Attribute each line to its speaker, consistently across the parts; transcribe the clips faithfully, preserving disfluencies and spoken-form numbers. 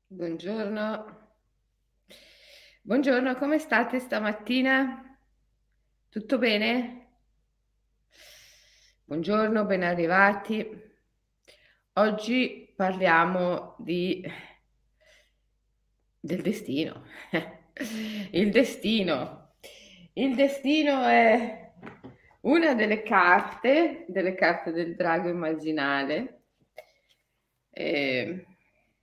Speaker 1: Buongiorno. Buongiorno, come state stamattina? Tutto bene? Buongiorno, ben arrivati. Oggi parliamo di del destino. Il destino. Il destino è una delle carte, delle carte del drago immaginale. E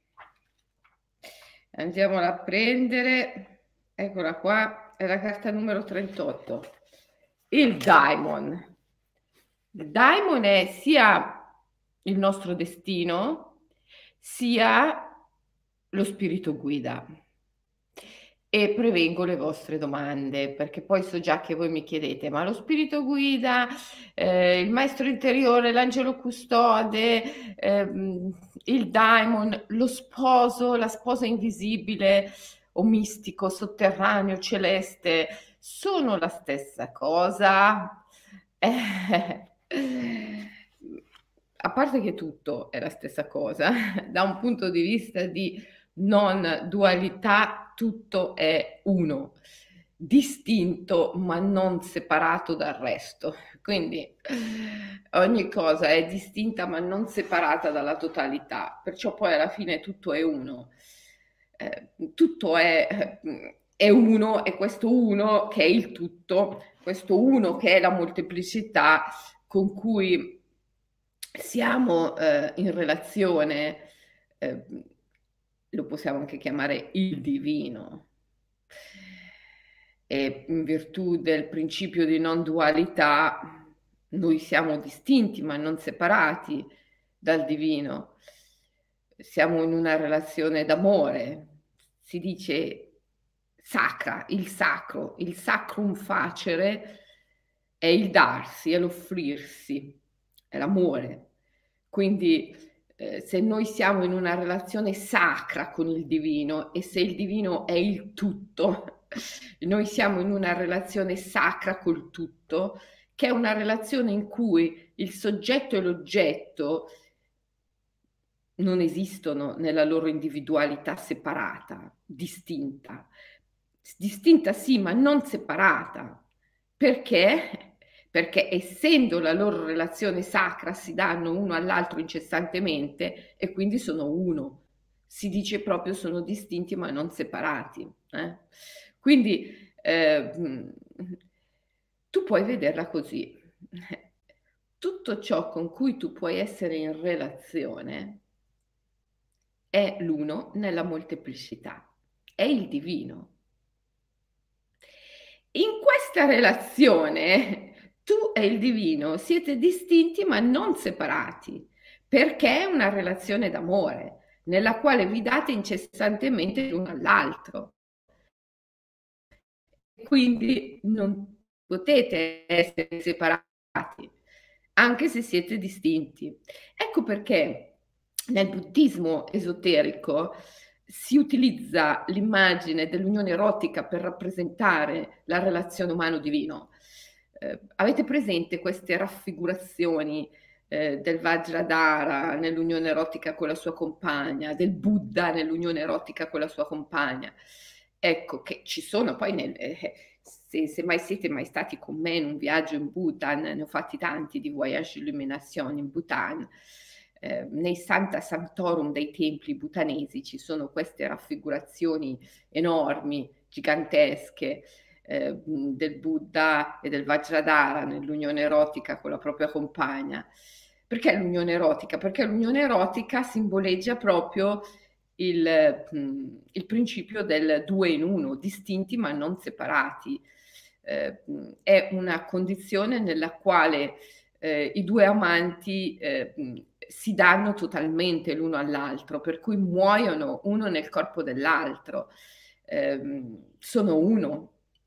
Speaker 1: andiamola a prendere. Eccola qua, è la carta numero trentotto. Il Daimon. Il Daimon è sia il nostro destino, sia lo spirito guida. E prevengo le vostre domande, perché poi so già che voi mi chiedete, ma lo spirito guida, eh, il maestro interiore, l'angelo custode, ehm, il daimon, lo sposo, la sposa invisibile o mistico, sotterraneo, celeste, sono la stessa cosa? Eh, a parte che tutto è la stessa cosa, da un punto di vista di non dualità, tutto è uno, distinto ma non separato dal resto. Quindi ogni cosa è distinta ma non separata dalla totalità, perciò poi alla fine tutto è uno. Eh, tutto è, è uno e questo uno che è il tutto, questo uno che è la molteplicità con cui siamo eh, in relazione, eh, lo possiamo anche chiamare il divino. E in virtù del principio di non dualità, noi siamo distinti ma non separati dal divino. Siamo in una relazione d'amore, si dice sacra, il sacro, il sacrum facere è il darsi, è l'offrirsi, è l'amore. Quindi eh, se noi siamo in una relazione sacra con il divino e se il divino è il tutto, noi siamo in una relazione sacra col tutto, che è una relazione in cui il soggetto e l'oggetto non esistono nella loro individualità separata, distinta. Distinta sì, ma non separata. Perché? Perché essendo la loro relazione sacra si danno uno all'altro incessantemente e quindi sono uno. Si dice proprio sono distinti ma non separati. Eh? Quindi eh, tu puoi vederla così. Tutto ciò con cui tu puoi essere in relazione è l'uno nella molteplicità, è il divino. In questa relazione tu e il divino siete distinti ma non separati, perché è una relazione d'amore nella quale vi date incessantemente l'uno all'altro. Quindi non potete essere separati, anche se siete distinti. Ecco perché nel buddismo esoterico si utilizza l'immagine dell'unione erotica per rappresentare la relazione umano-divino. Eh, avete presente queste raffigurazioni eh, del Vajradhara nell'unione erotica con la sua compagna, del Buddha nell'unione erotica con la sua compagna? Ecco che ci sono poi nel, eh, se, se mai siete mai stati con me in un viaggio in Bhutan, ne ho fatti tanti di voyage illumination in Bhutan, eh, nei Santa Sanctorum dei templi bhutanesi ci sono queste raffigurazioni enormi, gigantesche, eh, del Buddha e del Vajradhara nell'unione erotica con la propria compagna. Perché l'unione erotica? Perché l'unione erotica simboleggia proprio il, mh, il principio del due in uno, distinti ma non separati. Eh, è una condizione nella quale eh, i due amanti eh, si danno totalmente l'uno all'altro, per cui muoiono uno nel corpo dell'altro, eh, sono uno,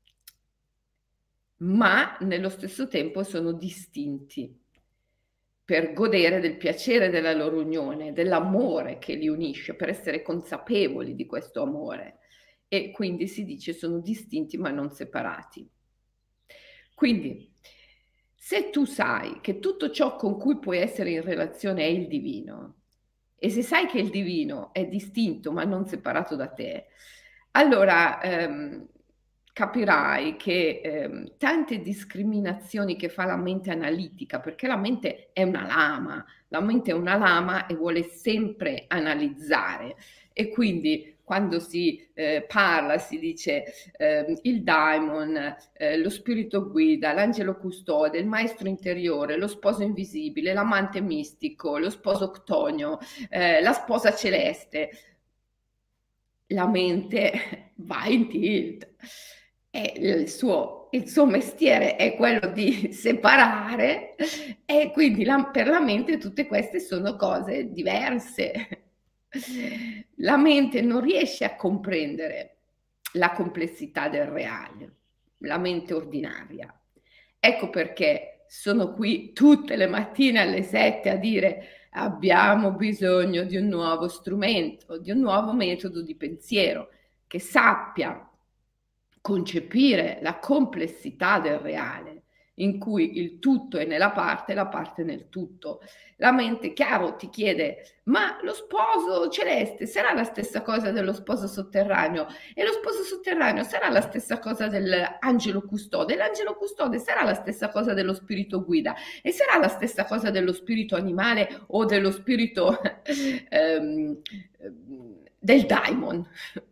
Speaker 1: ma nello stesso tempo sono distinti per godere del piacere della loro unione, dell'amore che li unisce, per essere consapevoli di questo amore. E quindi si dice sono distinti ma non separati. Quindi, se tu sai che tutto ciò con cui puoi essere in relazione è il divino, e se sai che il divino è distinto ma non separato da te, allora, ehm, capirai che, ehm, tante discriminazioni che fa la mente analitica, perché la mente è una lama, la mente è una lama e vuole sempre analizzare, e quindi quando si, ehm, parla, si dice, ehm, il daimon, ehm, lo spirito guida, l'angelo custode, il maestro interiore, lo sposo invisibile, l'amante mistico, lo sposo ctonio, ehm, la sposa celeste. La mente va in tilt e il suo il suo mestiere è quello di separare, e quindi la per la mente tutte queste sono cose diverse. La mente non riesce a comprendere la complessità del reale, la mente ordinaria. Ecco perché sono qui tutte le mattine alle sette a dire: "Abbiamo bisogno di un nuovo strumento, di un nuovo metodo di pensiero che sappia concepire la complessità del reale, in cui il tutto è nella parte e la parte nel tutto." La mente, chiaro, ti chiede: "Ma lo sposo celeste sarà la stessa cosa dello sposo sotterraneo? E lo sposo sotterraneo sarà la stessa cosa dell'angelo custode? E l'angelo custode sarà la stessa cosa dello spirito guida? E sarà la stessa cosa dello spirito animale o dello spirito ehm, ehm, del daimon?"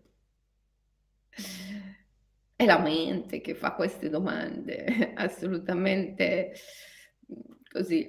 Speaker 1: È la mente che fa queste domande assolutamente, mhmm, così,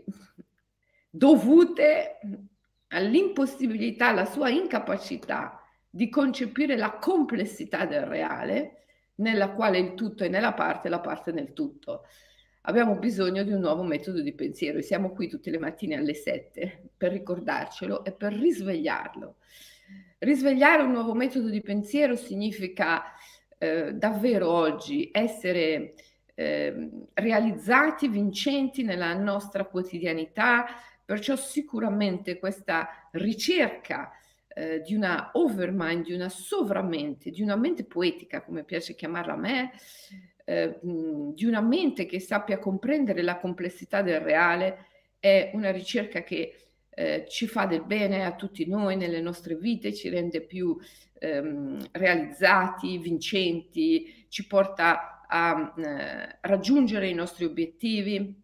Speaker 1: dovute, mhmm, all'impossibilità, alla sua incapacità di concepire la complessità del reale, nella quale il tutto è nella parte e la parte nel tutto. Abbiamo bisogno di un nuovo metodo di pensiero e siamo qui tutte le mattine alle sette per ricordarcelo e per risvegliarlo. Risvegliare un nuovo metodo di pensiero significa, ehm, davvero oggi essere, ehm, realizzati, vincenti nella nostra quotidianità, perciò sicuramente questa ricerca, ehm, di una overmind, di una sovramente, di una mente poetica, come piace chiamarla a me, ehm, mhmm, di una mente che sappia comprendere la complessità del reale, è una ricerca che, ehm, ci fa del bene a tutti noi nelle nostre vite, ci rende più, ehm, realizzati, vincenti, ci porta a, ehm, raggiungere i nostri obiettivi,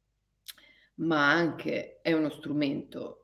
Speaker 1: ma anche è uno strumento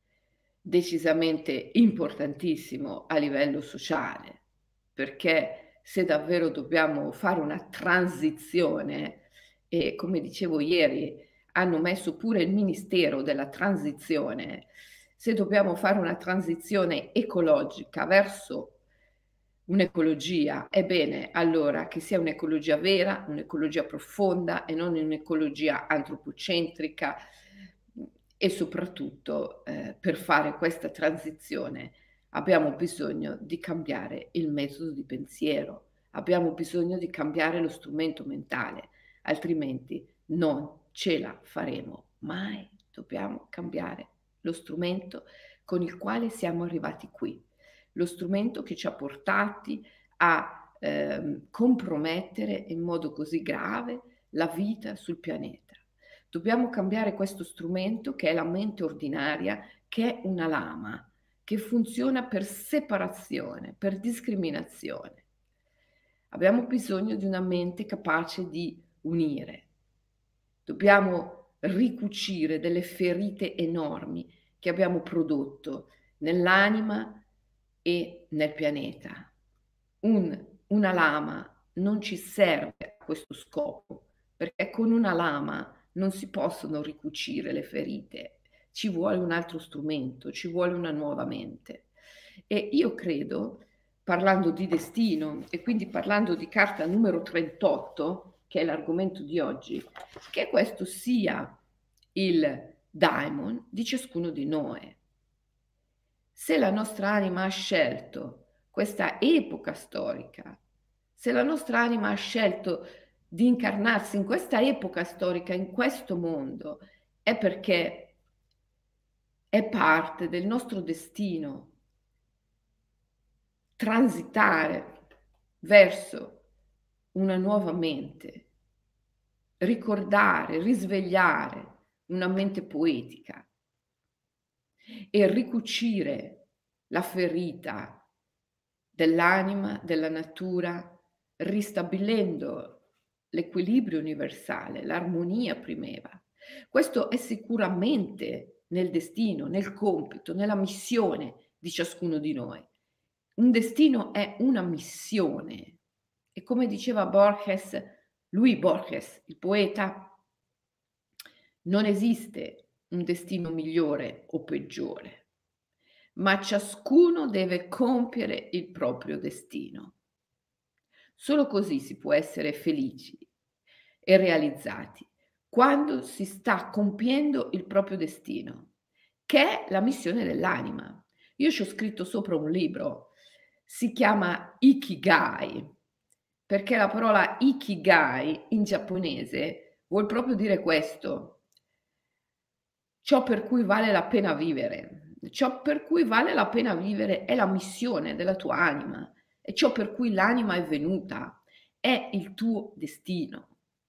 Speaker 1: decisamente importantissimo a livello sociale, perché se davvero dobbiamo fare una transizione, e come dicevo ieri hanno messo pure il Ministero della transizione, se dobbiamo fare una transizione ecologica verso un'ecologia, è bene allora che sia un'ecologia vera, un'ecologia profonda e non un'ecologia antropocentrica, mhmm, e soprattutto, ehm, per fare questa transizione abbiamo bisogno di cambiare il metodo di pensiero, abbiamo bisogno di cambiare lo strumento mentale, altrimenti non ce la faremo mai. Dobbiamo cambiare lo strumento con il quale siamo arrivati qui, lo strumento che ci ha portati a, ehm, compromettere in modo così grave la vita sul pianeta. Dobbiamo cambiare questo strumento che è la mente ordinaria, che è una lama, che funziona per separazione, per discriminazione. Abbiamo bisogno di una mente capace di unire. Dobbiamo ricucire delle ferite enormi che abbiamo prodotto nell'anima e nel pianeta. Un una lama non ci serve a questo scopo, perché con una lama non si possono ricucire le ferite, ci vuole un altro strumento, ci vuole una nuova mente. E io credo, parlando di destino e quindi parlando di carta numero trentotto, che è l'argomento di oggi, che questo sia il daimon di ciascuno di noi. Se la nostra anima ha scelto questa epoca storica, se la nostra anima ha scelto di incarnarsi in questa epoca storica, in questo mondo, è perché è parte del nostro destino transitare verso una nuova mente, ricordare, risvegliare una mente poetica. e ricucire la ferita dell'anima, della natura, ristabilendo l'equilibrio universale, l'armonia primeva. Questo è sicuramente nel destino, nel compito, nella missione di ciascuno di noi. Un destino è una missione e come diceva Borges, Luis Borges, il poeta, non esiste un destino migliore o peggiore, ma ciascuno deve compiere il proprio destino. Solo così si può essere felici e realizzati, quando si sta compiendo il proprio destino, che è la missione dell'anima. Io ci ho scritto sopra un libro, si chiama Ikigai, perché la parola Ikigai in giapponese vuol proprio dire questo: ciò per cui vale la pena vivere. Ciò per cui vale la pena vivere è la missione della tua anima, è ciò per cui l'anima è venuta, è il tuo destino.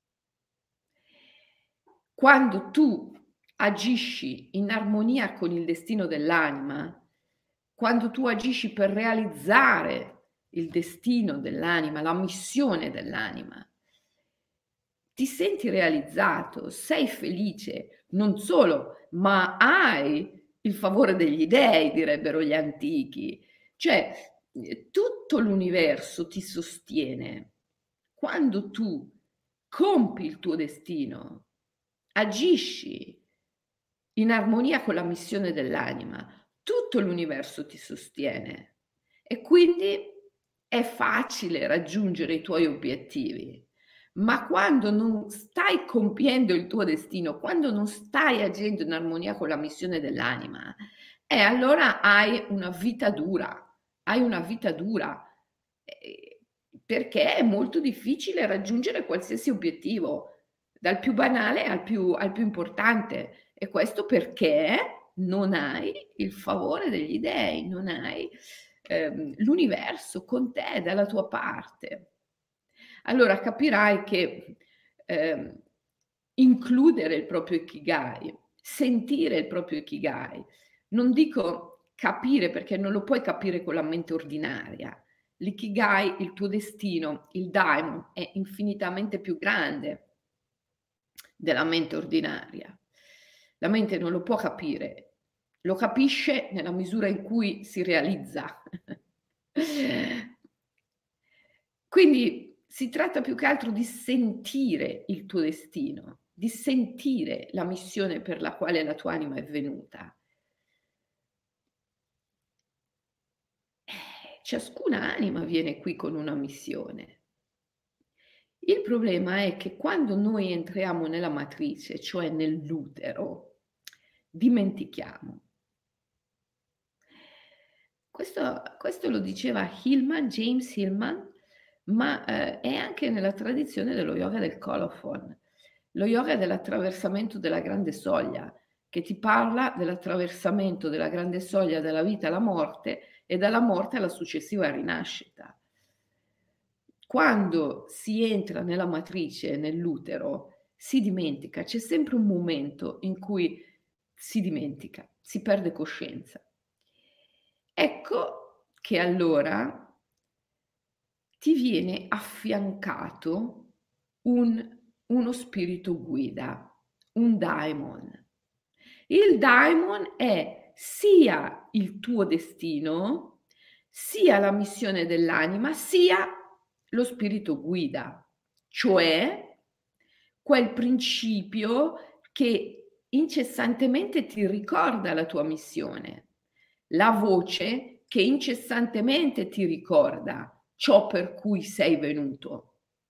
Speaker 1: Quando tu agisci in armonia con il destino dell'anima, quando tu agisci per realizzare il destino dell'anima, la missione dell'anima, ti senti realizzato, sei felice, non solo, ma hai il favore degli dèi, direbbero gli antichi. Cioè, eh, tutto l'universo ti sostiene. Quando tu compi il tuo destino, agisci in armonia con la missione dell'anima, tutto l'universo ti sostiene e quindi è facile raggiungere i tuoi obiettivi. Ma quando non stai compiendo il tuo destino, quando non stai agendo in armonia con la missione dell'anima, eh, allora hai una vita dura, hai una vita dura, eh, perché è molto difficile raggiungere qualsiasi obiettivo, dal più banale al più, al più importante. E questo perché non hai il favore degli dèi, non hai ehm, l'universo con te, dalla tua parte. Allora capirai che ehm, includere il proprio Ikigai, sentire il proprio Ikigai, non dico capire perché non lo puoi capire con la mente ordinaria. L'ikigai, il tuo destino, il daimon è infinitamente più grande della mente ordinaria. La mente non lo può capire, lo capisce nella misura in cui si realizza. Quindi si tratta più che altro di sentire il tuo destino, di sentire la missione per la quale la tua anima è venuta. Eh, ciascuna anima viene qui con una missione. Il problema è che quando noi entriamo nella matrice, cioè nell'utero, dimentichiamo. Questo, questo lo diceva Hillman, James Hillman, ma eh, è anche nella tradizione dello yoga del colophon, lo yoga dell'attraversamento della grande soglia, che ti parla dell'attraversamento della grande soglia dalla vita alla morte e dalla morte alla successiva rinascita. Quando si entra nella matrice, nell'utero, si dimentica, c'è sempre un momento in cui si dimentica, si perde coscienza. Ecco che allora ti viene affiancato un, uno spirito guida, un daimon. Il daimon è sia il tuo destino, sia la missione dell'anima, sia lo spirito guida, cioè quel principio che incessantemente ti ricorda la tua missione, la voce che incessantemente ti ricorda ciò per cui sei venuto.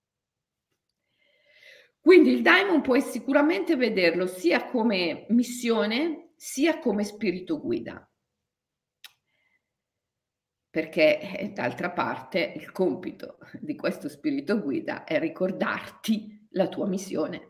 Speaker 1: Quindi il daimon puoi sicuramente vederlo sia come missione, sia come spirito guida. Perché eh, d'altra parte il compito di questo spirito guida è ricordarti la tua missione.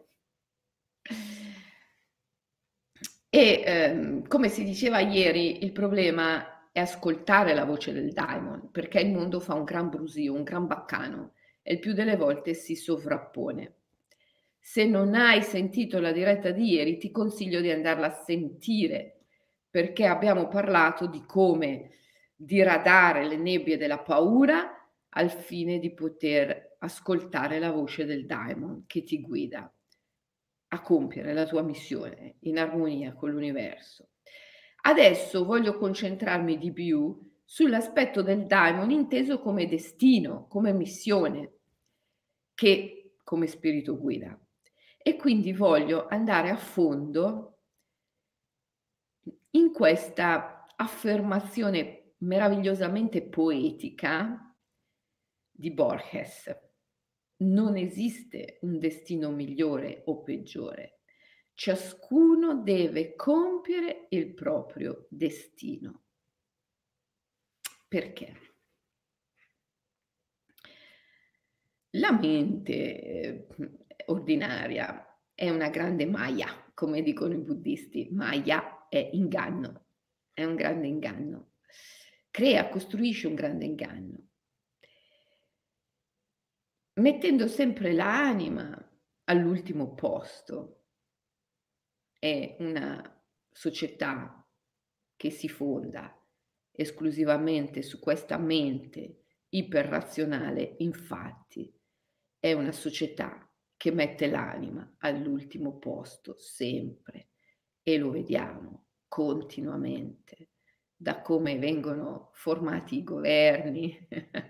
Speaker 1: E ehm, come si diceva ieri, il problema è ascoltare la voce del daimon, perché il mondo fa un gran brusio, un gran baccano e il più delle volte si sovrappone. Se non hai sentito la diretta di ieri, ti consiglio di andarla a sentire, perché abbiamo parlato di come diradare le nebbie della paura al fine di poter ascoltare la voce del daimon che ti guida a compiere la tua missione in armonia con l'universo. Adesso voglio concentrarmi di più sull'aspetto del daimon inteso come destino, come missione, che come spirito guida. E quindi voglio andare a fondo in questa affermazione meravigliosamente poetica di Borges. Non esiste un destino migliore o peggiore. Ciascuno deve compiere il proprio destino. Perché? La mente, ehm, ordinaria è una grande maya, come dicono i buddisti. Maya è inganno, è un grande inganno. Crea, costruisce un grande inganno. Mettendo sempre l'anima all'ultimo posto. È una società che si fonda esclusivamente su questa mente iperrazionale, infatti, è una società che mette l'anima all'ultimo posto sempre e lo vediamo continuamente da come vengono formati i governi,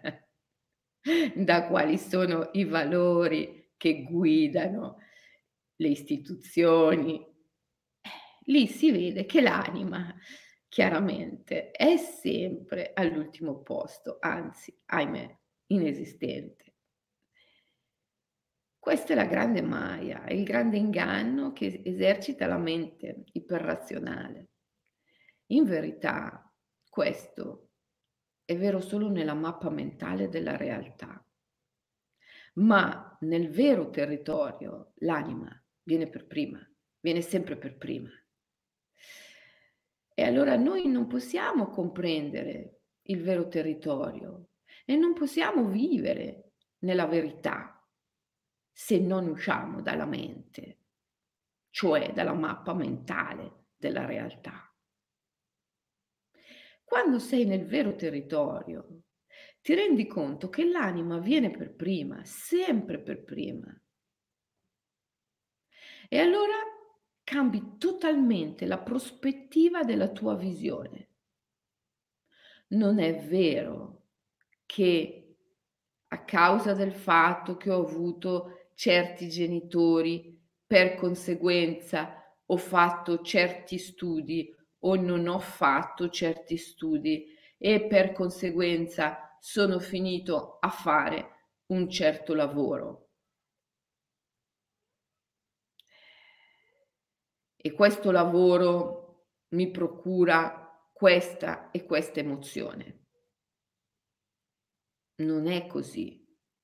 Speaker 1: da quali sono i valori che guidano le istituzioni. Eh, lì si vede che l'anima chiaramente è sempre all'ultimo posto, anzi, ahimè, inesistente. Questa è la grande maya, è il grande inganno che esercita la mente iperrazionale. In verità, questo è vero solo nella mappa mentale della realtà, ma nel vero territorio l'anima viene per prima, viene sempre per prima. E allora noi non possiamo comprendere il vero territorio e non possiamo vivere nella verità se non usciamo dalla mente, cioè dalla mappa mentale della realtà. Quando sei nel vero territorio, ti rendi conto che l'anima viene per prima, sempre per prima. E allora cambi totalmente la prospettiva della tua visione. Non è vero che a causa del fatto che ho avuto certi genitori, per conseguenza ho fatto certi studi o non ho fatto certi studi e per conseguenza sono finito a fare un certo lavoro. E questo lavoro mi procura questa e questa emozione. Non è così.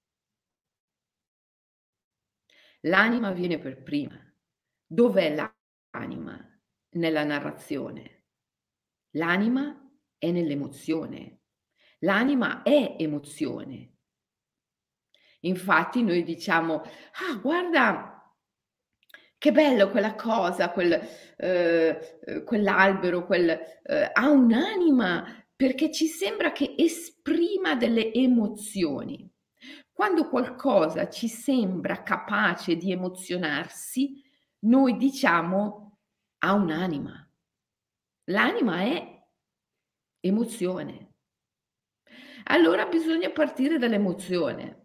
Speaker 1: L'anima viene per prima. Dov'è l'anima nella narrazione? L'anima è nell'emozione. L'anima è emozione. Infatti noi diciamo: "Ah, guarda che bello quella cosa, quel ehm, uhm, quell'albero, quel ehm, ha un'anima", perché ci sembra che esprima delle emozioni. Quando qualcosa ci sembra capace di emozionarsi, noi diciamo: "Ha un'anima". L'anima è emozione. Allora bisogna partire dall'emozione.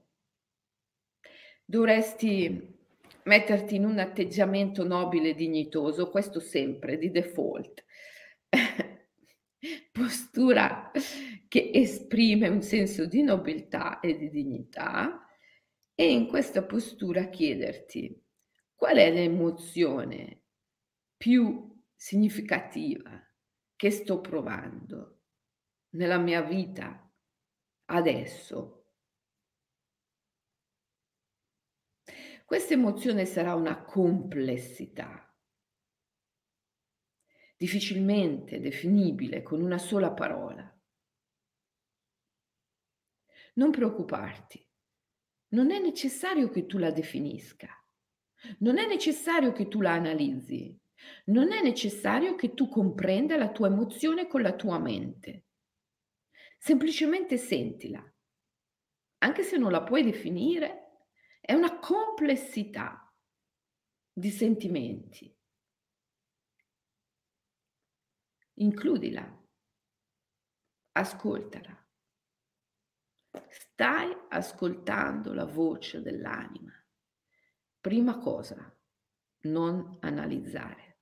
Speaker 1: Dovresti metterti in un atteggiamento nobile e dignitoso, questo sempre, di default. Postura che esprime un senso di nobiltà e di dignità e in questa postura chiederti: qual è l'emozione più significativa che sto provando nella mia vita adesso? Questa emozione sarà una complessità, difficilmente definibile con una sola parola. Non preoccuparti, non è necessario che tu la definisca, non è necessario che tu la analizzi, Non è necessario che tu comprenda la tua emozione con la tua mente. Semplicemente sentila, anche se non la puoi definire, è una complessità di sentimenti. Includila, ascoltala. Stai ascoltando la voce dell'anima. Prima cosa, non analizzare.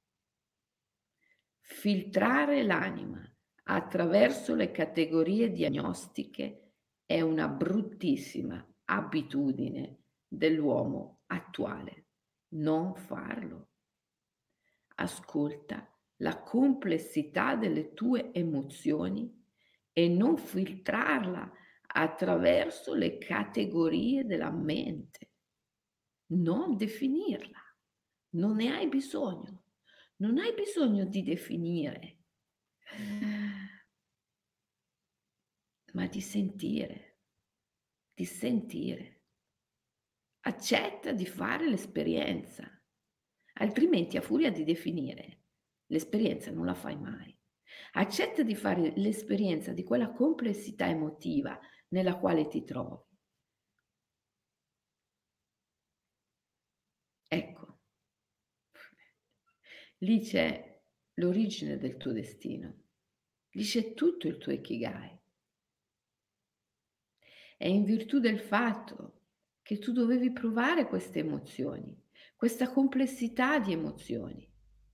Speaker 1: Filtrare l'anima attraverso le categorie diagnostiche è una bruttissima abitudine dell'uomo attuale. Non farlo. Ascolta la complessità delle tue emozioni e non filtrarla attraverso le categorie della mente. Non definirla. Non ne hai bisogno. Non hai bisogno di definire, ma di sentire, di sentire. Accetta di fare l'esperienza, altrimenti a furia di definire, l'esperienza non la fai mai. Accetta di fare l'esperienza di quella complessità emotiva nella quale ti trovi. Ecco, lì c'è l'origine del tuo destino, lì c'è tutto il tuo Ikigai. È in virtù del fatto che tu dovevi provare queste emozioni, questa complessità di emozioni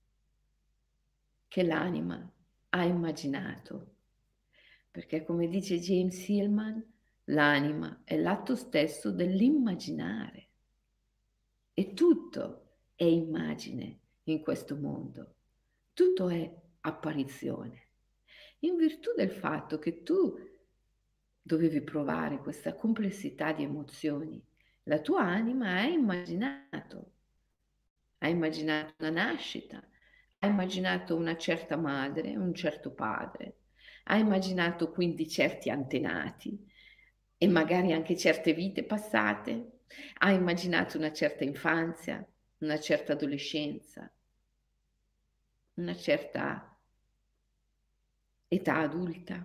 Speaker 1: che l'anima ha immaginato. Perché come dice James Hillman, l'anima è l'atto stesso dell'immaginare. E tutto è immagine in questo mondo, tutto è apparizione. In virtù del fatto che tu dovevi provare questa complessità di emozioni, la tua anima ha immaginato, ha immaginato una nascita, ha immaginato una certa madre, un certo padre, ha immaginato quindi certi antenati e magari anche certe vite passate, ha immaginato una certa infanzia, una certa adolescenza, una certa età adulta.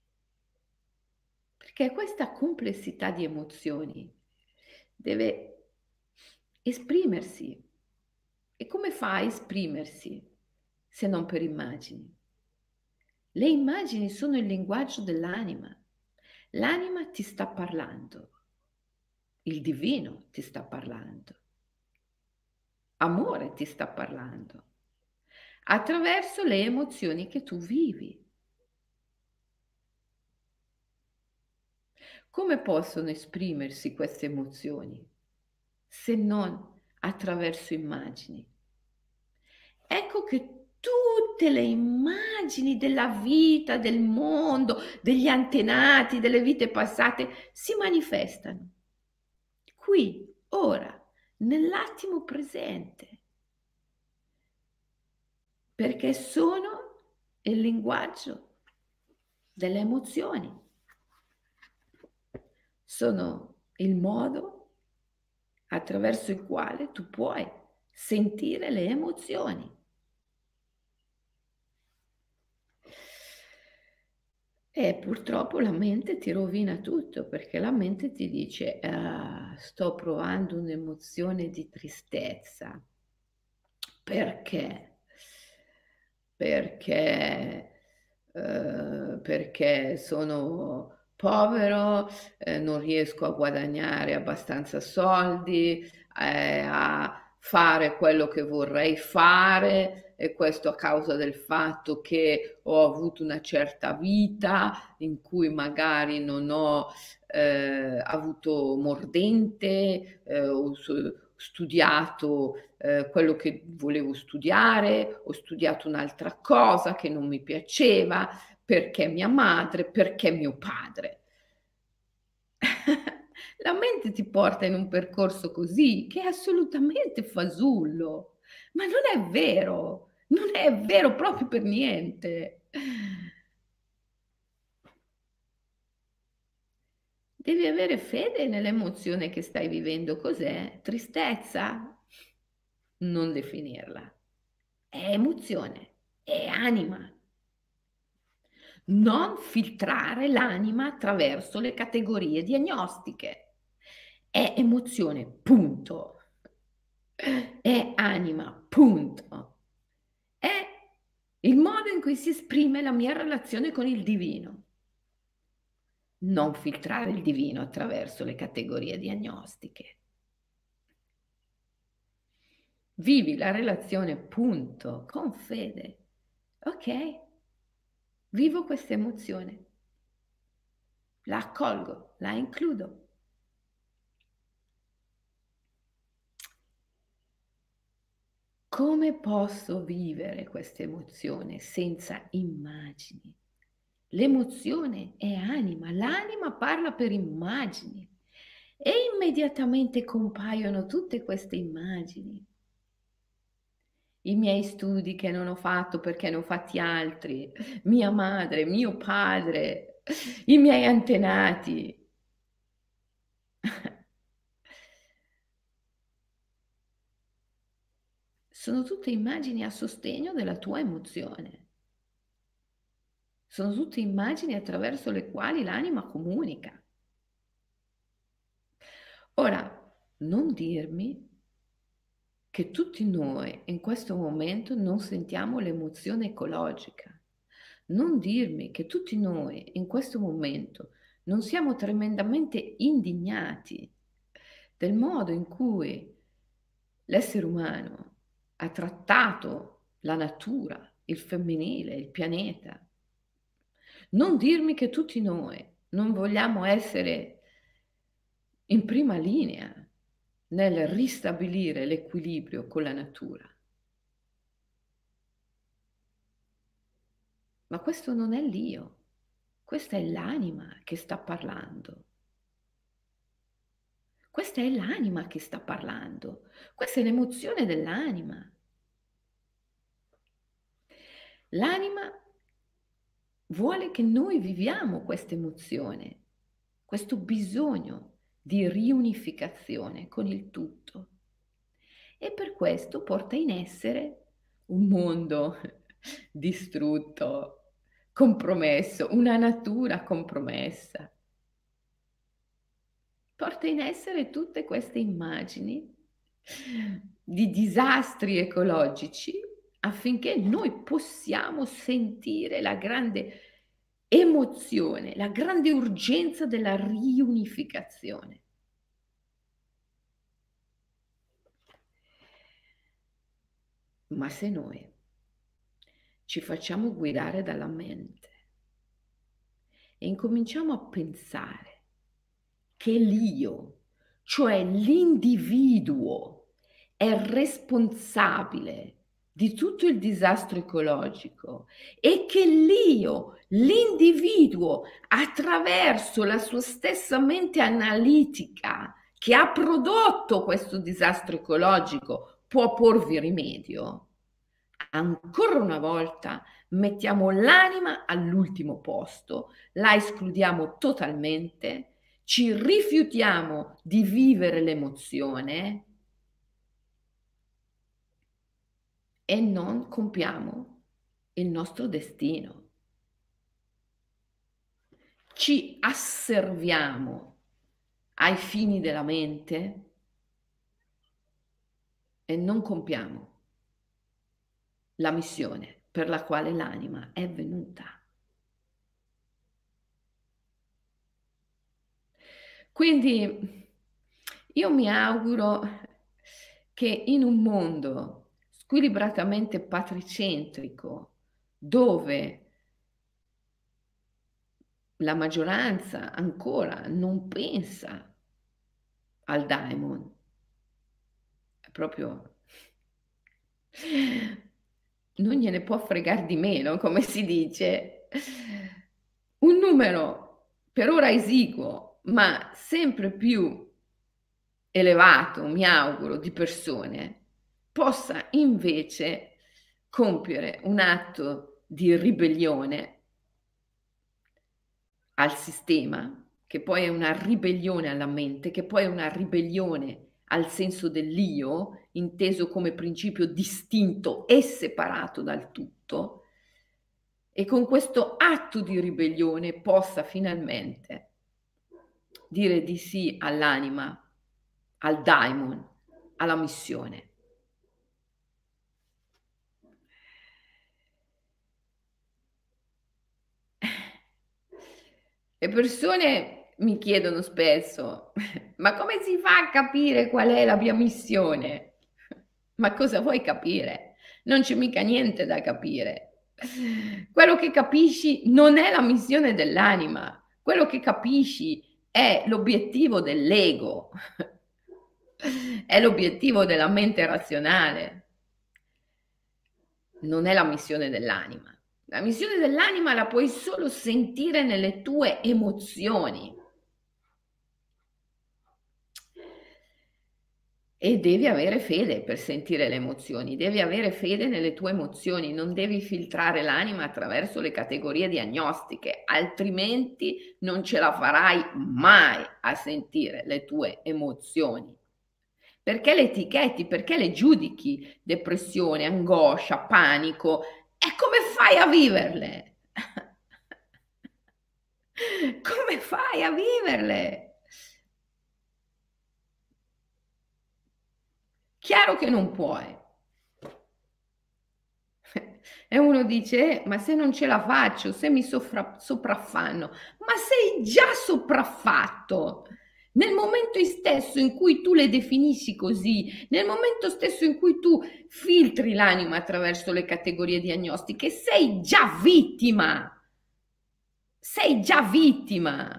Speaker 1: Perché questa complessità di emozioni deve esprimersi. E come fa a esprimersi se non per immagini? Le immagini sono il linguaggio dell'anima. L'anima ti sta parlando, il divino ti sta parlando, amore ti sta parlando, attraverso le emozioni che tu vivi. Come possono esprimersi queste emozioni se non attraverso immagini? Ecco che tutte le immagini della vita, del mondo, degli antenati, delle vite passate si manifestano qui, ora, nell'attimo presente, perché sono il linguaggio delle emozioni, sono il modo attraverso il quale tu puoi sentire le emozioni. E purtroppo la mente ti rovina tutto, perché la mente ti dice: "Ah, sto provando un'emozione di tristezza". Perché? Perché, uhm, perché sono povero, ehm, non riesco a guadagnare abbastanza soldi, ehm, a fare quello che vorrei fare e questo a causa del fatto che ho avuto una certa vita in cui magari non ho, ehm, avuto mordente, ehm, ho s studiato eh, quello che volevo studiare, ho studiato un'altra cosa che non mi piaceva, perché mia madre, perché mio padre. La mente ti porta in un percorso così che è assolutamente fasullo, ma non è vero, non è vero proprio per niente. Devi avere fede nell'emozione che stai vivendo. Cos'è? Tristezza? Non definirla. è emozione, è anima. Non filtrare l'anima attraverso le categorie diagnostiche. È emozione, punto. È anima, punto. È il modo in cui si esprime la mia relazione con il divino. Non filtrare il divino attraverso le categorie diagnostiche. Vivi la relazione, punto, con fede. Ok, vivo questa emozione, la accolgo, la includo. Come posso vivere questa emozione senza immagini? L'emozione è anima, l'anima parla per immagini e immediatamente compaiono tutte queste immagini. I miei studi che non ho fatto perché ne ho fatti altri, mia madre, mio padre, i miei antenati. Sono tutte immagini a sostegno della tua emozione. Sono tutte immagini attraverso le quali l'anima comunica. Ora, non dirmi che tutti noi in questo momento non sentiamo l'emozione ecologica. Non dirmi che tutti noi in questo momento non siamo tremendamente indignati del modo in cui l'essere umano ha trattato la natura, il femminile, il pianeta. Non dirmi che tutti noi non vogliamo essere in prima linea nel ristabilire l'equilibrio con la natura. Ma questo non è l'io, questa è l'anima che sta parlando. Questa è l'anima che sta parlando, questa è l'emozione dell'anima. L'anima vuole che noi viviamo questa emozione, questo bisogno di riunificazione con il tutto. E per questo porta in essere un mondo distrutto, compromesso, una natura compromessa. Porta in essere tutte queste immagini di disastri ecologici affinché noi possiamo sentire la grande emozione, la grande urgenza della riunificazione. Ma se noi ci facciamo guidare dalla mente e incominciamo a pensare che l'io, cioè l'individuo, è responsabile di tutto il disastro ecologico e che l'io, l'individuo, attraverso la sua stessa mente analitica che ha prodotto questo disastro ecologico, può porvi rimedio, ancora una volta mettiamo l'anima all'ultimo posto, la escludiamo totalmente, ci rifiutiamo di vivere l'emozione e non compiamo il nostro destino. Ci asserviamo ai fini della mente e non compiamo la missione per la quale l'anima è venuta. Quindi io mi auguro che in un mondo squilibratamente patricentrico, dove la maggioranza ancora non pensa al daimon, è proprio non gliene può fregare di meno, come si dice, un numero per ora esiguo, ma sempre più elevato, mi auguro, di persone, possa invece compiere un atto di ribellione al sistema, che poi è una ribellione alla mente, che poi è una ribellione al senso dell'io, inteso come principio distinto e separato dal tutto, e con questo atto di ribellione possa finalmente dire di sì all'anima, al daimon, alla missione. Le persone mi chiedono spesso: "Ma come si fa a capire qual è la mia missione?" Ma cosa vuoi capire? Non c'è mica niente da capire. Quello che capisci non è la missione dell'anima, quello che capisci è l'obiettivo dell'ego, è l'obiettivo della mente razionale, non è la missione dell'anima. La missione dell'anima la puoi solo sentire nelle tue emozioni. E devi avere fede per sentire le emozioni, devi avere fede nelle tue emozioni, non devi filtrare l'anima attraverso le categorie diagnostiche, altrimenti non ce la farai mai a sentire le tue emozioni. Perché le etichetti, perché le giudichi? Depressione, angoscia, panico. E come fai a viverle? Come fai a viverle? Chiaro che non puoi. E uno dice: "Eh, ma se non ce la faccio, se mi soffra sopraffanno", ma sei già sopraffatto. Nel momento stesso in cui tu le definisci così, nel momento stesso in cui tu filtri l'anima attraverso le categorie diagnostiche, sei già vittima. Sei già vittima.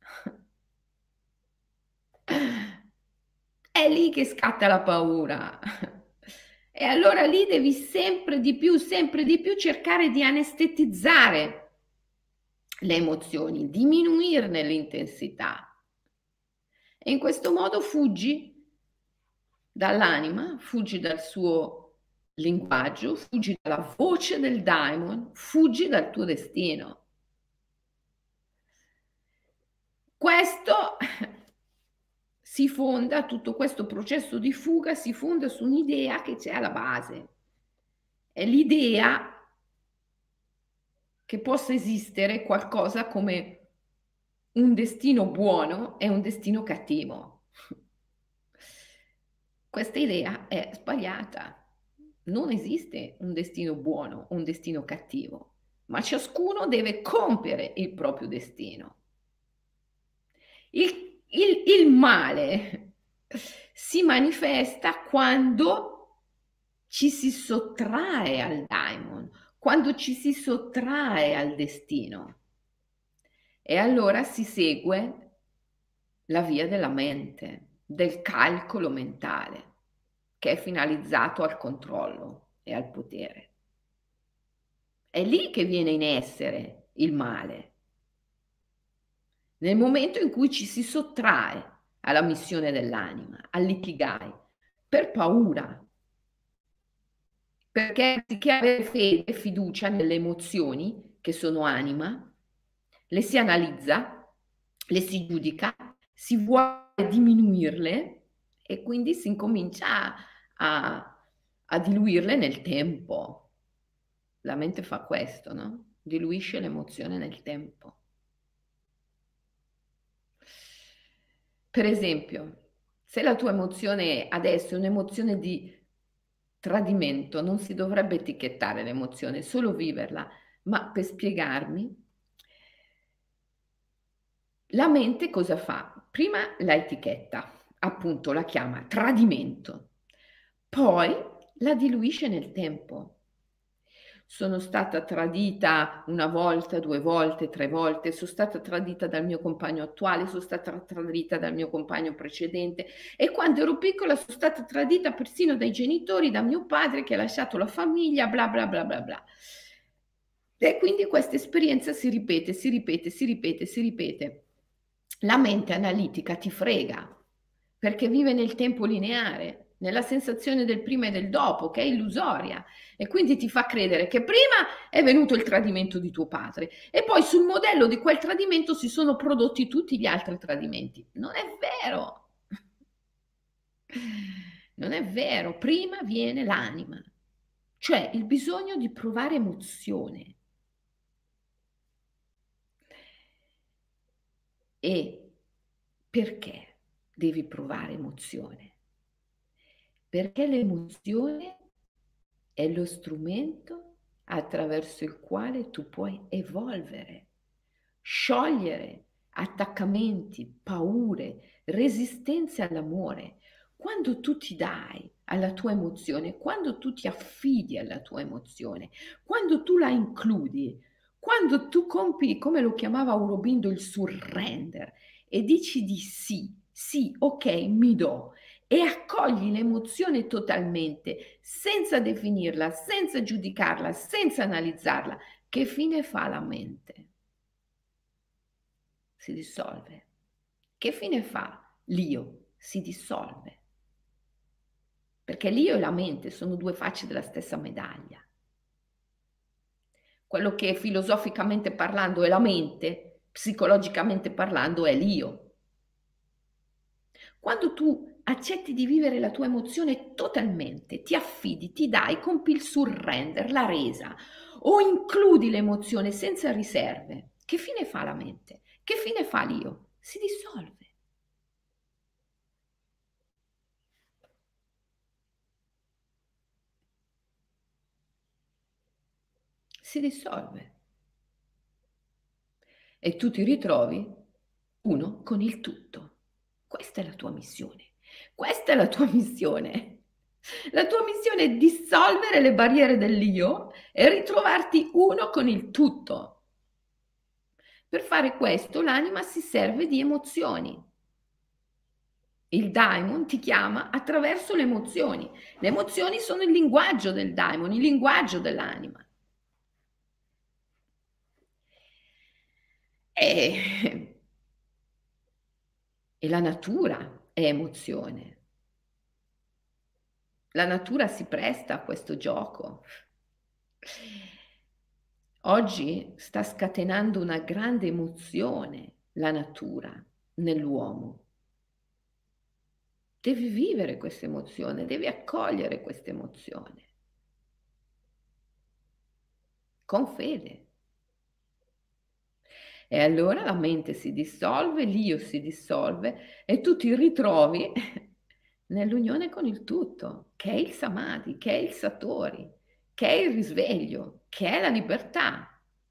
Speaker 1: È lì che scatta la paura. E allora lì devi sempre di più, sempre di più cercare di anestetizzare le emozioni, diminuirne l'intensità. E in questo modo fuggi dall'anima, fuggi dal suo linguaggio, fuggi dalla voce del daimon, fuggi dal tuo destino. Questo si fonda, tutto questo processo di fuga si fonda su un'idea che c'è alla base. È l'idea che possa esistere qualcosa come un destino buono e un destino cattivo. Questa idea è sbagliata. Non esiste un destino buono o un destino cattivo, ma ciascuno deve compiere il proprio destino. Il, il, il male si manifesta quando ci si sottrae al daimon, quando ci si sottrae al destino. E allora si segue la via della mente, del calcolo mentale, che è finalizzato al controllo e al potere. È lì che viene in essere il male, nel momento in cui ci si sottrae alla missione dell'anima, all'ikigai, per paura, perché anziché avere fede e fiducia nelle emozioni, che sono anima, le si analizza, le si giudica, si vuole diminuirle e quindi si incomincia a, a diluirle nel tempo. La mente fa questo, no? Diluisce l'emozione nel tempo. Per esempio, se la tua emozione adesso è un'emozione di tradimento, non si dovrebbe etichettare l'emozione, solo viverla. Ma per spiegarmi, la mente cosa fa? Prima la etichetta, appunto la chiama tradimento, poi la diluisce nel tempo. Sono stata tradita una volta, due volte, tre volte, sono stata tradita dal mio compagno attuale, sono stata tradita dal mio compagno precedente e quando ero piccola sono stata tradita persino dai genitori, da mio padre che ha lasciato la famiglia, bla bla bla bla bla. E quindi questa esperienza si ripete, si ripete, si ripete, si ripete. La mente analitica ti frega perché vive nel tempo lineare, nella sensazione del prima e del dopo, che è illusoria, e quindi ti fa credere che prima è venuto il tradimento di tuo padre e poi sul modello di quel tradimento si sono prodotti tutti gli altri tradimenti. Non è vero. Non è vero, prima viene l'anima, cioè il bisogno di provare emozione. E perché devi provare emozione? Perché l'emozione è lo strumento attraverso il quale tu puoi evolvere, sciogliere attaccamenti, paure, resistenze all'amore. Quando tu ti dai alla tua emozione, quando tu ti affidi alla tua emozione, quando tu la includi, quando tu compi, come lo chiamava Aurobindo, il surrender e dici di sì, sì, ok, mi do e accogli l'emozione totalmente, senza definirla, senza giudicarla, senza analizzarla, che fine fa la mente? Si dissolve. Che fine fa l'io? Si dissolve. Perché l'io e la mente sono due facce della stessa medaglia. Quello che filosoficamente parlando è la mente, psicologicamente parlando è l'io. Quando tu accetti di vivere la tua emozione totalmente, ti affidi, ti dai, compi il surrender, la resa, o includi l'emozione senza riserve, che fine fa la mente? Che fine fa l'io? Si dissolve. Si dissolve. E tu ti ritrovi uno con il tutto. Questa è la tua missione. Questa è la tua missione. La tua missione è dissolvere le barriere dell'io e ritrovarti uno con il tutto. Per fare questo l'anima si serve di emozioni. Il daimon ti chiama attraverso le emozioni. Le emozioni sono il linguaggio del daimon, il linguaggio dell'anima. E, e la natura è emozione. La natura si presta a questo gioco. Oggi sta scatenando una grande emozione la natura nell'uomo. Devi vivere questa emozione, devi accogliere questa emozione con fede. E allora la mente si dissolve, l'io si dissolve e tu ti ritrovi nell'unione con il tutto, che è il samadhi, che è il satori, che è il risveglio, che è la libertà.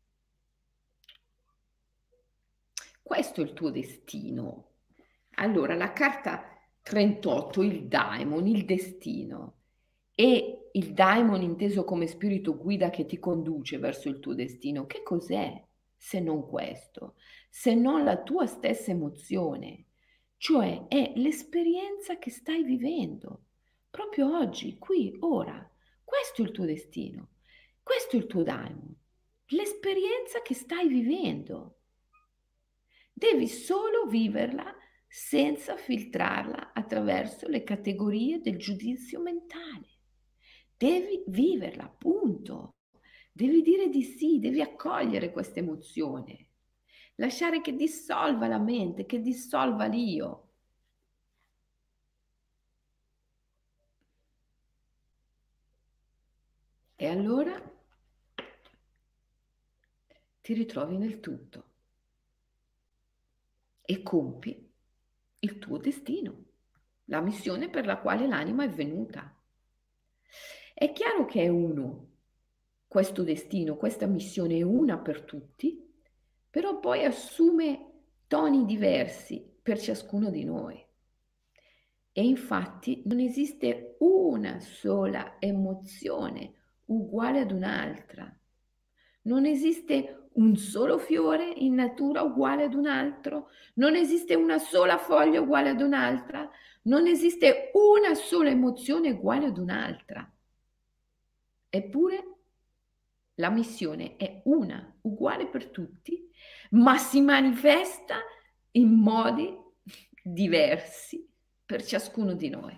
Speaker 1: Questo è il tuo destino. Allora, la carta trentotto, il daimon, il destino, e il daimon inteso come spirito guida che ti conduce verso il tuo destino, che cos'è se non questo? Se non la tua stessa emozione, cioè è l'esperienza che stai vivendo, proprio oggi, qui, ora. Questo è il tuo destino, questo è il tuo daimon, l'esperienza che stai vivendo. Devi solo viverla senza filtrarla attraverso le categorie del giudizio mentale. Devi viverla, punto. Devi dire di sì, devi accogliere questa emozione. Lasciare che dissolva la mente, che dissolva l'io. E allora ti ritrovi nel tutto e compi il tuo destino, la missione per la quale l'anima è venuta. È chiaro che è uno, questo destino, questa missione è una per tutti, però poi assume toni diversi per ciascuno di noi. E infatti non esiste una sola emozione uguale ad un'altra. Non esiste un solo fiore in natura uguale ad un altro, non esiste una sola foglia uguale ad un'altra, non esiste una sola emozione uguale ad un'altra. Eppure la missione è una, uguale per tutti, ma si manifesta in modi diversi per ciascuno di noi.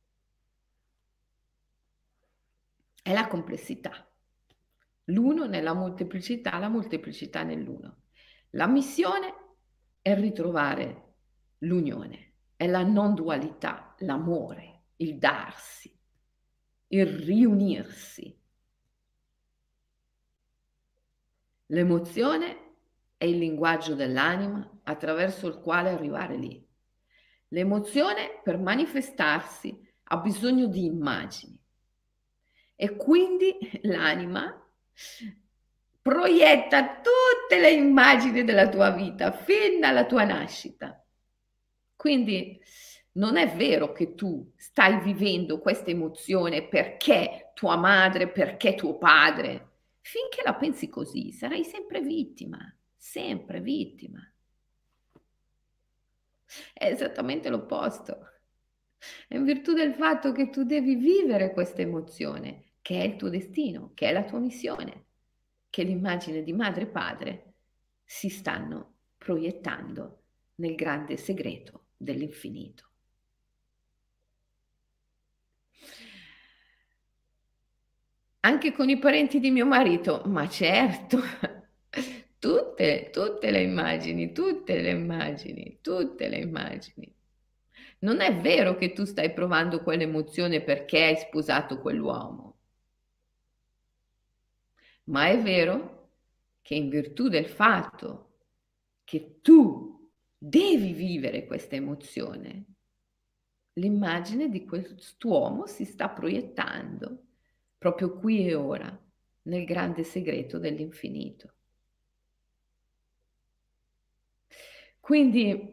Speaker 1: È la complessità. L'uno nella molteplicità, la molteplicità nell'uno. La missione è ritrovare l'unione, è la non dualità, l'amore. il darsi, il riunirsi. L'emozione è il linguaggio dell'anima attraverso il quale arrivare lì. L'emozione, per manifestarsi, ha bisogno di immagini e quindi l'anima proietta tutte le immagini della tua vita fin dalla tua nascita. Quindi non è vero che tu stai vivendo questa emozione perché tua madre, perché tuo padre. Finché la pensi così, sarai sempre vittima, sempre vittima. È esattamente l'opposto. È in virtù del fatto che tu devi vivere questa emozione, che è il tuo destino, che è la tua missione, che l'immagine di madre e padre si stanno proiettando nel grande segreto dell'infinito. Anche con i parenti di mio marito, ma certo, tutte, tutte le immagini, tutte le immagini, tutte le immagini. Non è vero che tu stai provando quell'emozione perché hai sposato quell'uomo, ma è vero che in virtù del fatto che tu devi vivere questa emozione, l'immagine di quest'uomo si sta proiettando proprio qui e ora, nel grande segreto dell'infinito. Quindi,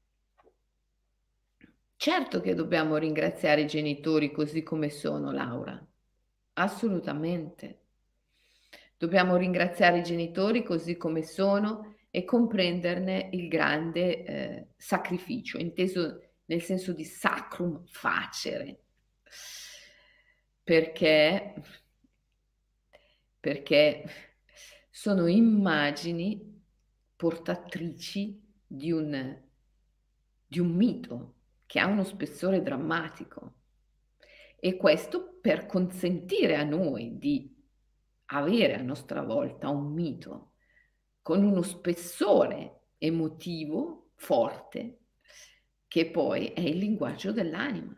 Speaker 1: certo che dobbiamo ringraziare i genitori così come sono, Laura, assolutamente. Dobbiamo ringraziare i genitori così come sono e comprenderne il grande eh, sacrificio, inteso nel senso di sacrum facere, perché, perché sono immagini portatrici di un, di un mito che ha uno spessore drammatico. E questo per consentire a noi di avere a nostra volta un mito con uno spessore emotivo forte che poi è il linguaggio dell'anima.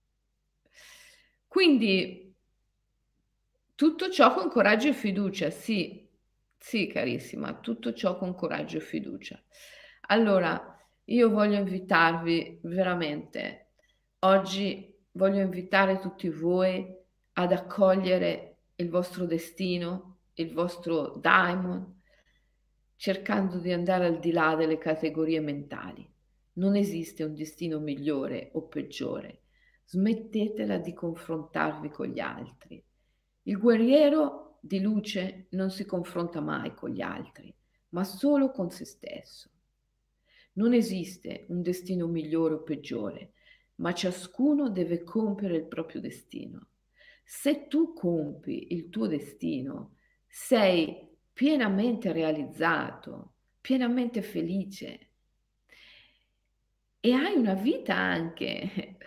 Speaker 1: Quindi tutto ciò con coraggio e fiducia, sì, sì carissima, tutto ciò con coraggio e fiducia. Allora, io voglio invitarvi veramente, oggi voglio invitare tutti voi ad accogliere il vostro destino, il vostro daimon, cercando di andare al di là delle categorie mentali. Non esiste un destino migliore o peggiore. Smettetela di confrontarvi con gli altri. Il guerriero di luce non si confronta mai con gli altri, ma solo con se stesso. Non esiste un destino migliore o peggiore, ma ciascuno deve compiere il proprio destino. Se tu compi il tuo destino, sei pienamente realizzato, pienamente felice e hai una vita anche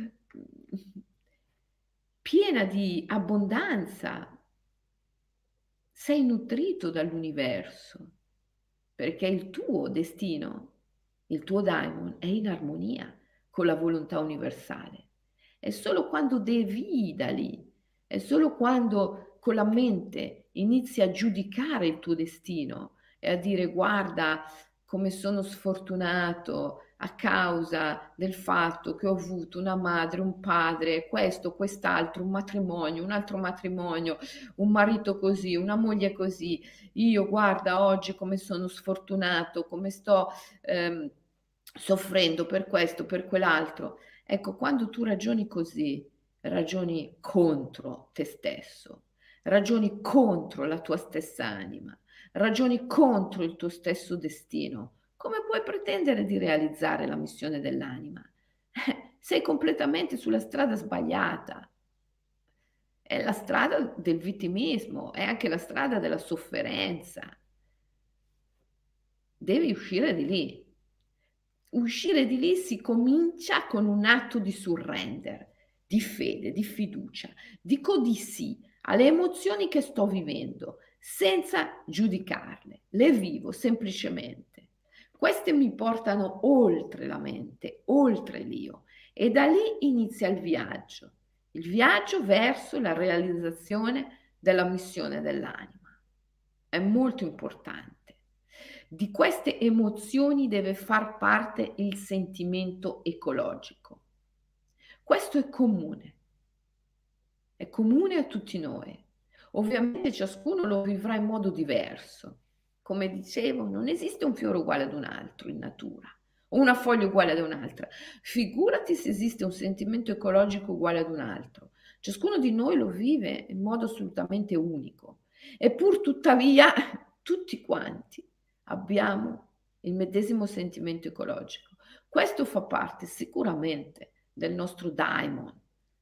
Speaker 1: piena di abbondanza. Sei nutrito dall'universo perché il tuo destino, il tuo daimon è in armonia con la volontà universale. È solo quando devi da lì, è solo quando con la mente inizi a giudicare il tuo destino e a dire guarda come sono sfortunato a causa del fatto che ho avuto una madre, un padre, questo, quest'altro, un matrimonio, un altro matrimonio, un marito così, una moglie così. Io guarda oggi come sono sfortunato, come sto ehm, soffrendo per questo, per quell'altro. Ecco, quando tu ragioni così, ragioni contro te stesso, ragioni contro la tua stessa anima, ragioni contro il tuo stesso destino. Come puoi pretendere di realizzare la missione dell'anima? Eh, sei completamente sulla strada sbagliata. È la strada del vittimismo, è anche la strada della sofferenza. Devi uscire di lì. Uscire di lì si comincia con un atto di surrender, di fede, di fiducia. Dico di sì alle emozioni che sto vivendo, senza giudicarle. Le vivo semplicemente. Queste mi portano oltre la mente, oltre l'io E da lì inizia il viaggio, il viaggio verso la realizzazione della missione dell'anima. È molto importante. Di queste emozioni deve far parte il sentimento ecologico. Questo è comune, è comune a tutti noi. Ovviamente ciascuno lo vivrà in modo diverso. Come dicevo, non esiste un fiore uguale ad un altro in natura, o una foglia uguale ad un'altra. Figurati se esiste un sentimento ecologico uguale ad un altro. Ciascuno di noi lo vive in modo assolutamente unico. E pur tuttavia, tutti quanti abbiamo il medesimo sentimento ecologico. Questo fa parte sicuramente del nostro daimon.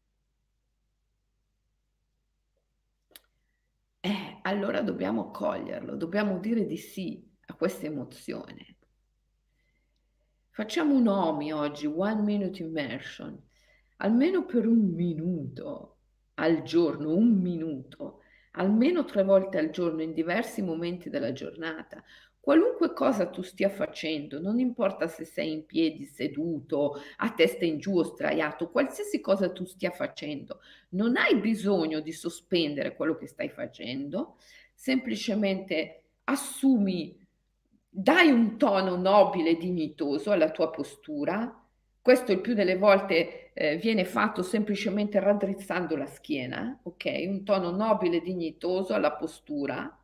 Speaker 1: Eh, allora dobbiamo coglierlo, dobbiamo dire di sì a questa emozione. Facciamo un O M I oggi, One Minute Immersion, almeno per un minuto al giorno, un minuto, almeno tre volte al giorno in diversi momenti della giornata. Qualunque cosa tu stia facendo, non importa se sei in piedi, seduto, a testa in giù o sdraiato, qualsiasi cosa tu stia facendo, non hai bisogno di sospendere quello che stai facendo, semplicemente assumi, dai un tono nobile e dignitoso alla tua postura. Questo il più delle volte eh, viene fatto semplicemente raddrizzando la schiena, ok? Un tono nobile e dignitoso alla postura.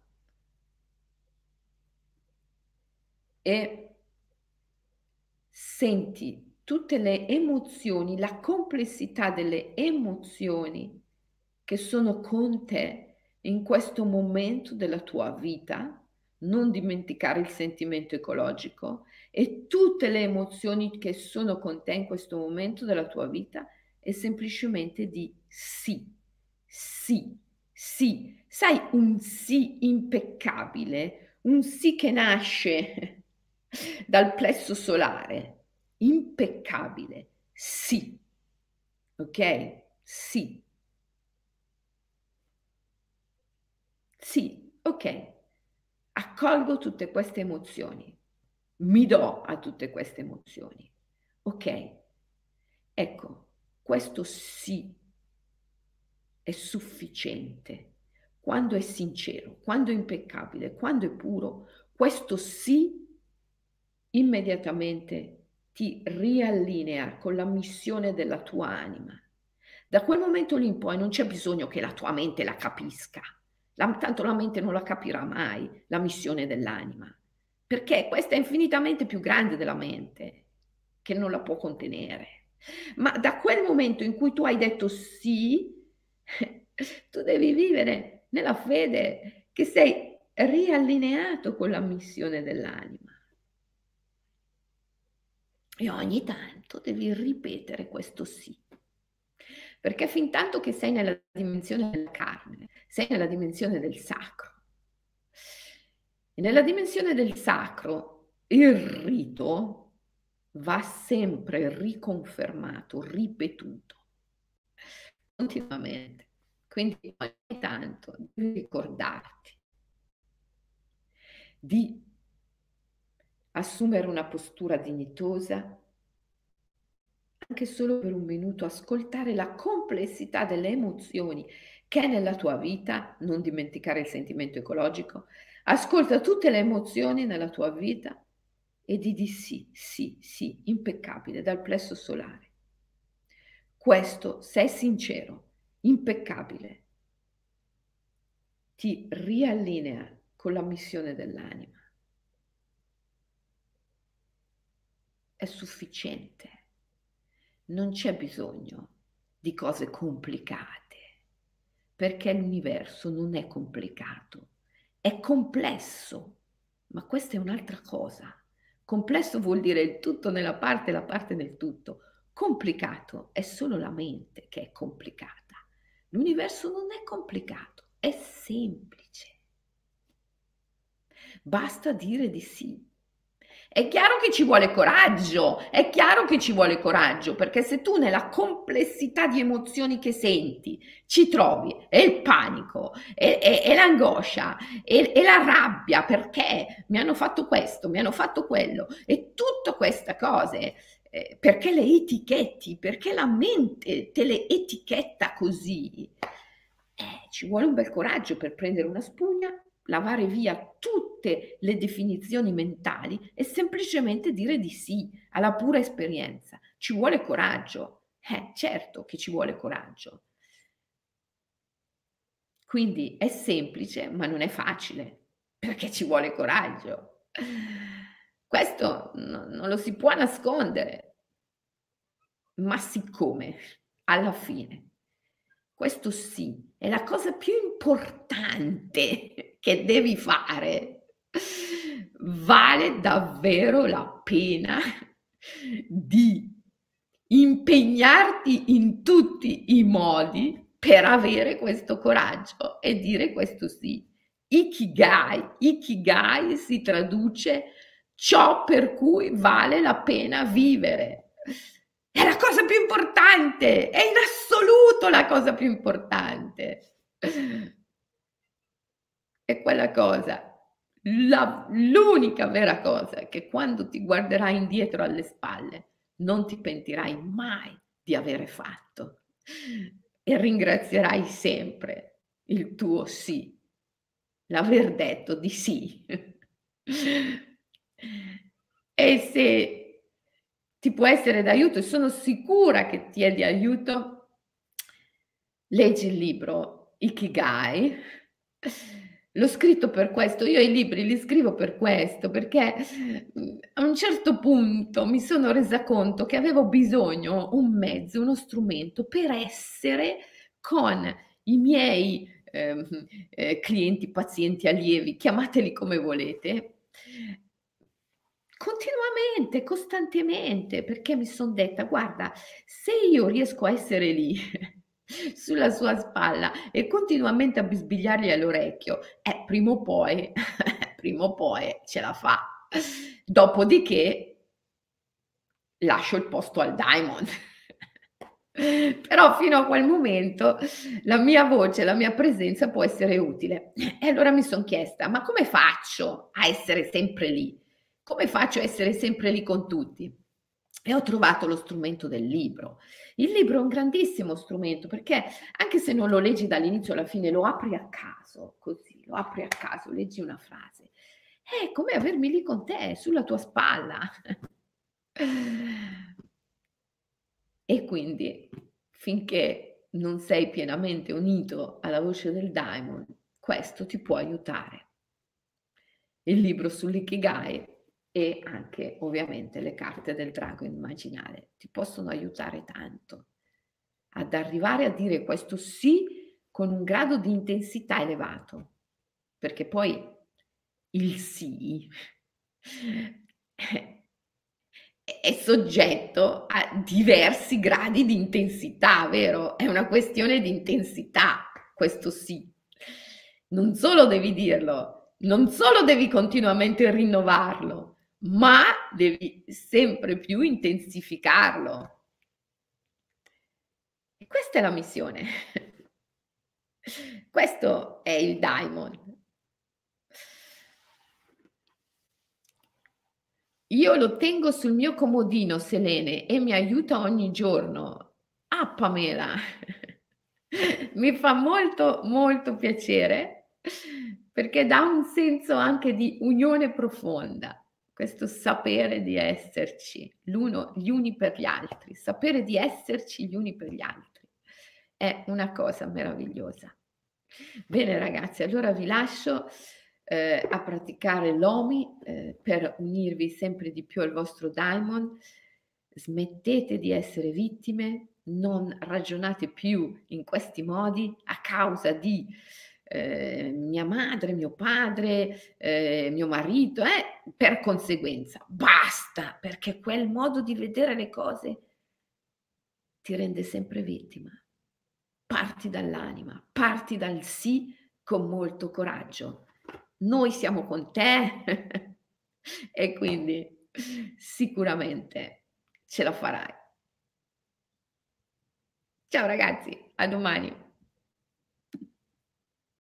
Speaker 1: E senti tutte le emozioni, la complessità delle emozioni che sono con te in questo momento della tua vita, non dimenticare il sentimento ecologico, e tutte le emozioni che sono con te in questo momento della tua vita è semplicemente di sì, sì, sì. Sai, un sì impeccabile, un sì che nasce dal plesso solare, impeccabile, sì, ok? Sì, sì, ok. Accolgo tutte queste emozioni, mi do a tutte queste emozioni, ok? Ecco, questo sì è sufficiente. Quando è sincero, quando è impeccabile, quando è puro, questo sì immediatamente ti riallinea con la missione della tua anima. Da quel momento lì in poi non c'è bisogno che la tua mente la capisca, la, tanto la mente non la capirà mai, la missione dell'anima, perché questa è infinitamente più grande della mente, che non la può contenere. Ma da quel momento in cui tu hai detto sì, tu devi vivere nella fede che sei riallineato con la missione dell'anima. E ogni tanto devi ripetere questo sì. Perché fin tanto che sei nella dimensione della carne, sei nella dimensione del sacro. E nella dimensione del sacro il rito va sempre riconfermato, ripetuto, continuamente. Quindi ogni tanto devi ricordarti di assumere una postura dignitosa, anche solo per un minuto, ascoltare la complessità delle emozioni che è nella tua vita, non dimenticare il sentimento ecologico, ascolta tutte le emozioni nella tua vita e di di sì, sì, sì, impeccabile, dal plesso solare. Questo, se è sincero, impeccabile, ti riallinea con la missione dell'anima. È sufficiente. Non c'è bisogno di cose complicate, perché l'universo non è complicato, è complesso, ma questa è un'altra cosa. Complesso vuol dire il tutto nella parte e la parte nel tutto. Complicato è solo la mente che è complicata. L'universo non è complicato, è semplice. Basta dire di sì. È chiaro che ci vuole coraggio, è chiaro che ci vuole coraggio, perché se tu nella complessità di emozioni che senti ci trovi e il panico, e, e, e l'angoscia, e, e la rabbia, perché mi hanno fatto questo, mi hanno fatto quello, e tutte queste cose ehm, perché le etichetti, perché la mente te le etichetta così, eh, ci vuole un bel coraggio per prendere una spugna, lavare via tutte le definizioni mentali e semplicemente dire di sì alla pura esperienza. Ci vuole coraggio. Eh, certo che ci vuole coraggio. Quindi è semplice, ma non è facile, perché ci vuole coraggio. Questo no non lo si può nascondere. Ma siccome alla fine questo sì è la cosa più importante che devi fare, vale davvero la pena di impegnarti in tutti i modi per avere questo coraggio e dire questo sì. Ikigai, Ikigai si traduce ciò per cui vale la pena vivere. È la cosa più importante, è in assoluto la cosa più importante. È quella cosa, la l'unica vera cosa che quando ti guarderai indietro alle spalle non ti pentirai mai di avere fatto e ringrazierai sempre il tuo sì, l'aver detto di sì. E se ti può essere d'aiuto e sono sicura che ti è di aiuto, leggi il libro Ikigai. L'ho scritto per questo, io i libri li scrivo per questo, perché, mhmm, a un certo punto mi sono resa conto che avevo bisogno un mezzo, uno strumento per essere con i miei, ehm, ehm, clienti, pazienti, allievi, chiamateli come volete, continuamente, costantemente, perché mi son detta: "Guarda, se io riesco a essere lì sulla sua spalla e continuamente a bisbigliargli all'orecchio, eh, prima o poi prima o poi ce la fa. Dopodiché lascio il posto al daimon." Però fino a quel momento la mia voce, la mia presenza può essere utile. E allora mi son chiesta: "Ma come faccio a essere sempre lì? Come faccio a essere sempre lì con tutti?" E ho trovato lo strumento del libro. Il libro è un grandissimo strumento perché anche se non lo leggi dall'inizio alla fine, lo apri a caso, così, lo apri a caso, leggi una frase. È come avermi lì con te, sulla tua spalla. E quindi finché non sei pienamente unito alla voce del daimon, questo ti può aiutare. Il libro sull'Ikigai e anche ovviamente le carte del drago immaginale ti possono aiutare tanto ad arrivare a dire questo sì con un grado di intensità elevato, perché poi il sì è è soggetto a diversi gradi di intensità, vero? È una questione di intensità questo sì. Non solo devi dirlo, non solo devi continuamente rinnovarlo, ma devi sempre più intensificarlo. E questa è la missione. Questo è il daimon. Io lo tengo sul mio comodino, Selene, e mi aiuta ogni giorno. Ah, Pamela, mi fa molto, molto piacere perché dà un senso anche di unione profonda, questo sapere di esserci l'uno gli uni per gli altri, sapere di esserci gli uni per gli altri. È una cosa meravigliosa. Bene ragazzi, allora vi lascio, ehm, a praticare l'Omi, ehm, per unirvi sempre di più al vostro daimon. Smettete di essere vittime, non ragionate più in questi modi a causa di, ehm, mia madre, mio padre, ehm, mio marito, eh, per conseguenza. Basta, perché quel modo di vedere le cose ti rende sempre vittima. Parti dall'anima, parti dal sì con molto coraggio. Noi siamo con te e quindi sicuramente ce la farai. Ciao ragazzi, a domani.